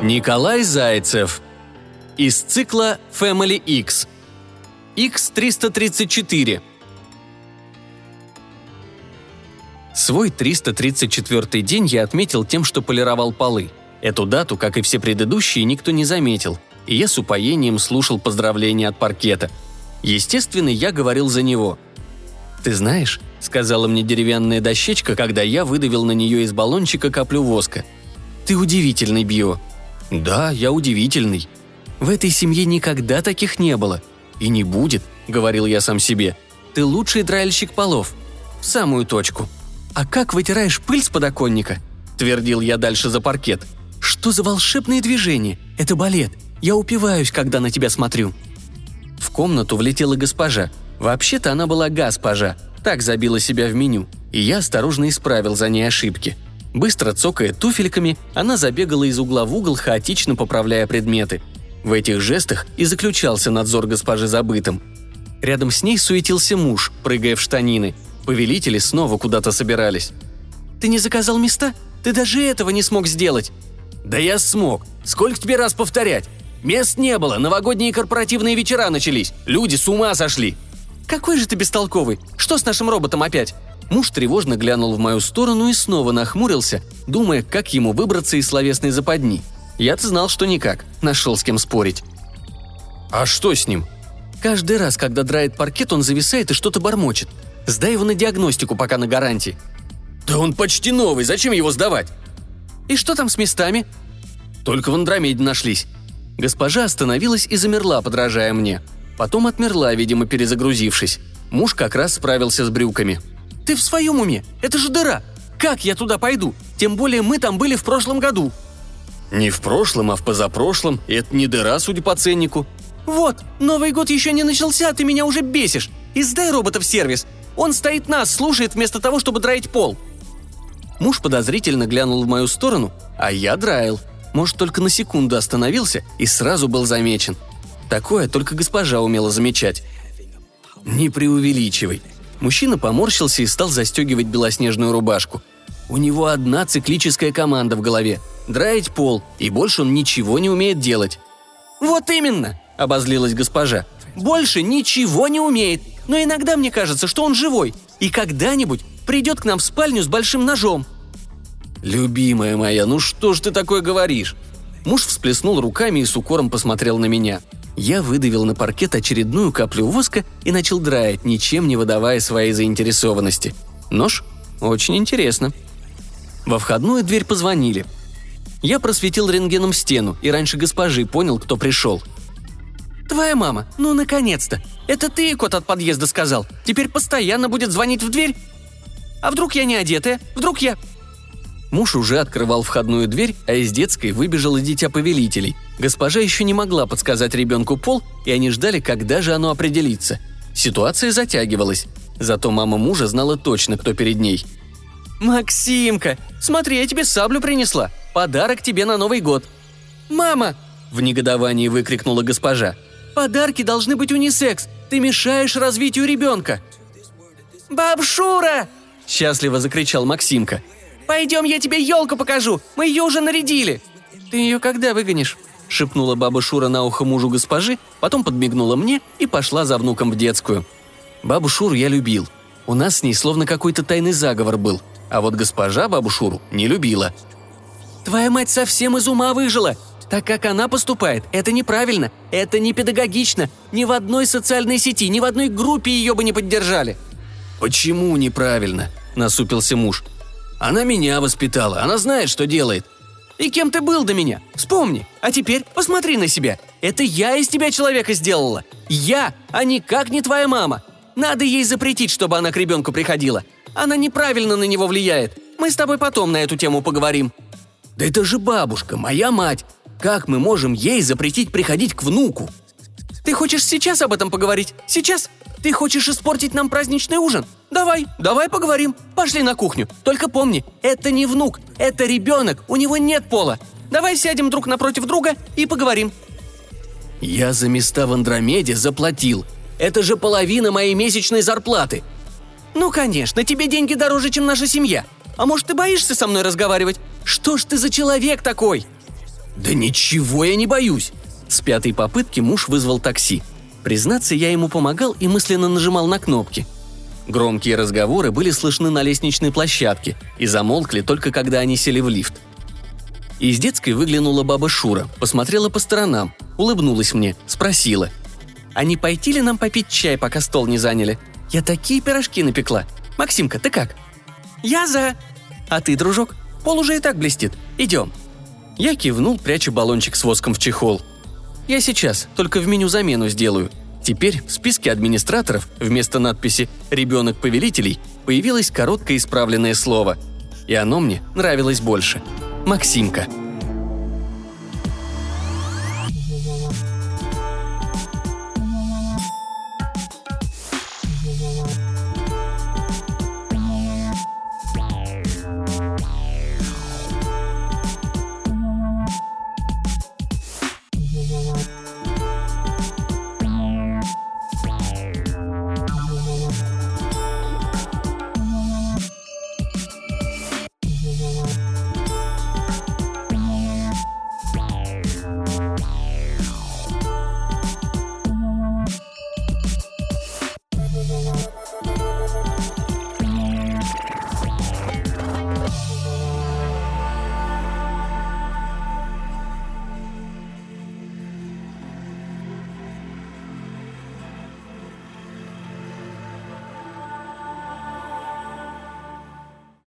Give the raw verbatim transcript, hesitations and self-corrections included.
Николай Зайцев. Из цикла Family X. икс триста тридцать четыре. Свой триста тридцать четвёртый день я отметил тем, что полировал полы. Эту дату, как и все предыдущие, никто не заметил, и я с упоением слушал поздравления от паркета. Естественно, я говорил за него. «Ты знаешь», — сказала мне деревянная дощечка, когда я выдавил на нее из баллончика каплю воска, — «ты удивительный, Био». «Да, я удивительный. В этой семье никогда таких не было. И не будет», — говорил я сам себе. «Ты лучший дральщик полов. В самую точку». «А как вытираешь пыль с подоконника?» — твердил я дальше за паркет. «Что за волшебные движения? Это балет. Я упиваюсь, когда на тебя смотрю». В комнату влетела госпожа. Вообще-то она была госпожа. Так забила себя в меню. И я осторожно исправил за ней ошибки. Быстро цокая туфельками, она забегала из угла в угол, хаотично поправляя предметы. В этих жестах и заключался надзор госпожи за бытом. Рядом с ней суетился муж, прыгая в штанины. Повелители снова куда-то собирались. «Ты не заказал места? Ты даже этого не смог сделать!» «Да я смог! Сколько тебе раз повторять? Мест не было, новогодние корпоративные вечера начались, люди с ума сошли!» «Какой же ты бестолковый! Что с нашим роботом опять?» Муж тревожно глянул в мою сторону и снова нахмурился, думая, как ему выбраться из словесной западни. Я-то знал, что никак, нашел с кем спорить. «А что с ним?» «Каждый раз, когда драет паркет, он зависает и что-то бормочет. Сдай его на диагностику, пока на гарантии». «Да он почти новый, зачем его сдавать?» «И что там с местами?» «Только в Андромеде нашлись». Госпожа остановилась и замерла, подражая мне. Потом отмерла, видимо, перезагрузившись. Муж как раз справился с брюками. «Ты в своем уме? Это же дыра! Как я туда пойду? Тем более мы там были в прошлом году». «Не в прошлом, а в позапрошлом. Это не дыра, судя по ценнику». «Вот, Новый год еще не начался, а ты меня уже бесишь. И сдай робота в сервис. Он стоит нас, слушает вместо того, чтобы драить пол». Муж подозрительно глянул в мою сторону, а я драил. Может, только на секунду остановился и сразу был замечен. Такое только госпожа умела замечать. «Не преувеличивай». Мужчина поморщился и стал застегивать белоснежную рубашку. У него одна циклическая команда в голове – драить пол, и больше он ничего не умеет делать. «Вот именно!» – обозлилась госпожа. «Больше ничего не умеет, но иногда мне кажется, что он живой, и когда-нибудь придет к нам в спальню с большим ножом». «Любимая моя, ну что ж ты такое говоришь?» Муж всплеснул руками и с укором посмотрел на меня. Я выдавил на паркет очередную каплю воска и начал драить, ничем не выдавая своей заинтересованности. Нож? Очень интересно. Во входную дверь позвонили. Я просветил рентгеном стену и раньше госпожи понял, кто пришел. «Твоя мама, ну наконец-то! Это ты ей код от подъезда сказал. Теперь постоянно будет звонить в дверь? А вдруг я не одетая? Вдруг я...» Муж уже открывал входную дверь, а из детской выбежало дитя повелителей. Госпожа еще не могла подсказать ребенку пол, и они ждали, когда же оно определится. Ситуация затягивалась. Зато мама мужа знала точно, кто перед ней. «Максимка, смотри, я тебе саблю принесла. Подарок тебе на Новый год». «Мама!» – в негодовании выкрикнула госпожа. «Подарки должны быть унисекс. Ты мешаешь развитию ребенка». «Баб Шура!» – счастливо закричал Максимка. «Пойдем, я тебе елку покажу, мы ее уже нарядили». «Ты ее когда выгонишь?» – шепнула баба Шура на ухо мужу госпожи, потом подмигнула мне и пошла за внуком в детскую. Бабу Шуру я любил. У нас с ней словно какой-то тайный заговор был, а вот госпожа бабу Шуру не любила. «Твоя мать совсем из ума выжила. Так как она поступает, это неправильно, это не педагогично. Ни в одной социальной сети, ни в одной группе ее бы не поддержали». «Почему неправильно?» – насупился муж. «Она меня воспитала, она знает, что делает». «И кем ты был до меня? Вспомни. А теперь посмотри на себя. Это я из тебя человека сделала. Я, а никак не твоя мама. Надо ей запретить, чтобы она к ребенку приходила. Она неправильно на него влияет. Мы с тобой потом на эту тему поговорим». «Да это же бабушка, моя мать. Как мы можем ей запретить приходить к внуку?» «Ты хочешь сейчас об этом поговорить? Сейчас? Ты хочешь испортить нам праздничный ужин? Давай, давай поговорим. Пошли на кухню. Только помни, это не внук, это ребенок, у него нет пола. Давай сядем друг напротив друга и поговорим». «Я за места в Андромеде заплатил. Это же половина моей месячной зарплаты». «Ну, конечно, тебе деньги дороже, чем наша семья. А может, ты боишься со мной разговаривать? Что ж ты за человек такой?» «Да ничего я не боюсь!» С пятой попытки муж вызвал такси. Признаться, я ему помогал и мысленно нажимал на кнопки. Громкие разговоры были слышны на лестничной площадке и замолкли только когда они сели в лифт. Из детской выглянула баба Шура, посмотрела по сторонам, улыбнулась мне, спросила: «А не пойти ли нам попить чай, пока стол не заняли? Я такие пирожки напекла. Максимка, ты как?» «Я за!» «А ты, дружок? Пол уже и так блестит. Идем». Я кивнул, пряча баллончик с воском в чехол. «Я сейчас, только в меню замену сделаю». Теперь в списке администраторов вместо надписи «Ребенок повелителей» появилось короткое исправленное слово. И оно мне нравилось больше. Максимка.